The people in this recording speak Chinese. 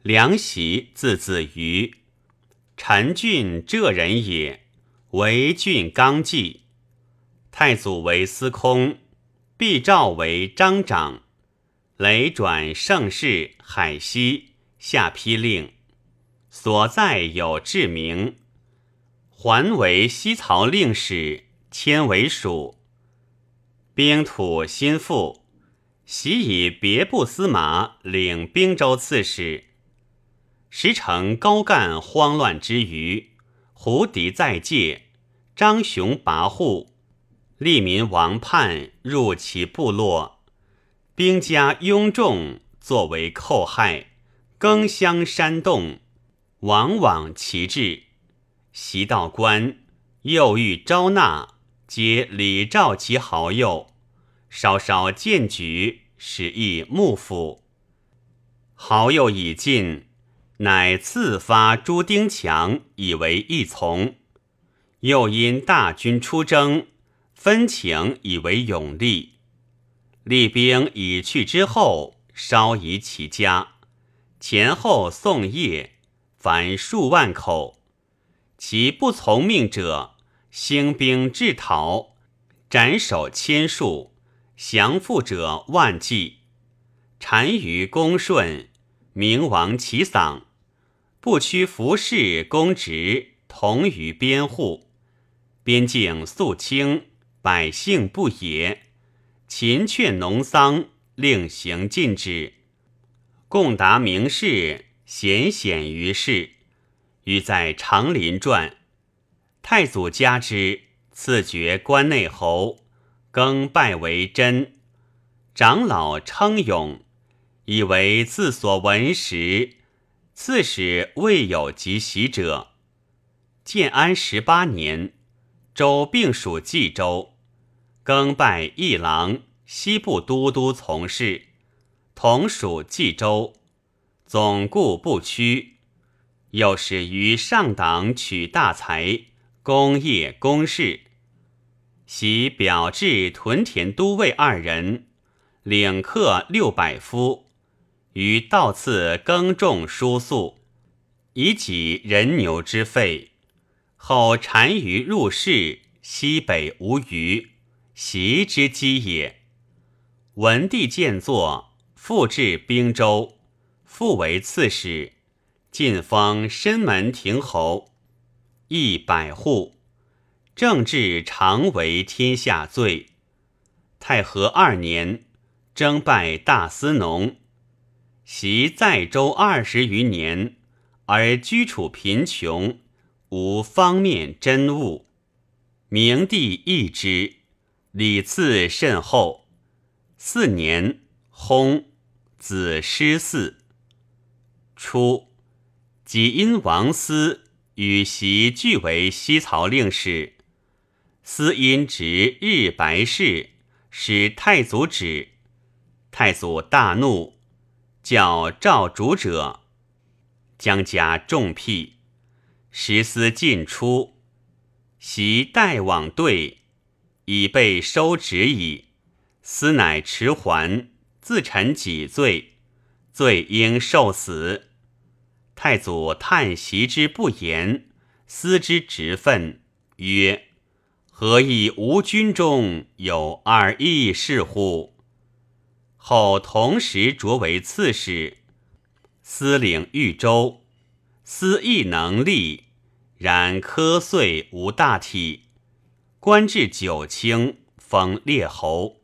梁袭字子瑜，陈郡浙人也，为郡纲纪。太祖为司空，毕诏为章长，累转圣事海西，下批令，所在有志明。还为西曹令史，迁为蜀。兵土心腹，袭以别部司马领兵州刺史。时承高干慌乱之余，胡敌在界，张雄跋扈，利民王叛入其部落，兵家拥众，作为寇害，更相煽动，往往其志。袭到官，又欲招纳，皆礼召其好友，稍稍荐举，使亦幕府。好友已尽，乃赐发朱丁强以为义从，又因大军出征，分请以为勇力。厉兵已去之后，稍移其家，前后送业，凡数万口。其不从命者，兴兵制讨，斩首千数，降附者万计。单于恭顺，明王其丧，不屈服饰公职，同于边户。边境肃清，百姓不野。秦劝农桑，令行禁止。共达名士，显显于世。于在长林传。太祖加之，赐爵关内侯，更拜为真。长老称勇，以为自所闻时，刺史未有及袭者。建安18年，州并属冀州，更拜议郎、西部都督从事，同属冀州，总顾不屈。又使于上党取大才，功业公事。袭表至屯田都尉2人，领客600夫，于道次耕种输粟，以己人牛之费。后单于入仕，西北无虞，袭之机也。文帝见作，复至兵州，复为刺史。晋封深门亭侯，邑100户，政治常为天下最。太和2年，征拜大司农。袭在州20余年，而居处贫穷，无方面珍物。明帝异之，礼赐甚厚。4年，薨，子失嗣。初，己因王司与袭俱为西曹令史，司因执日白事，使太祖止。太祖大怒，叫召主者，将加重辟。时司尽出，袭待往对，已被收职矣。司乃迟还，自陈己罪，罪应受死。太祖叹袭之不言，思之直愤，曰：何以吾军中有2义士乎？后同时擢为刺史，司领豫州。司亦能力，然苛岁无大体。官至9卿，封列侯。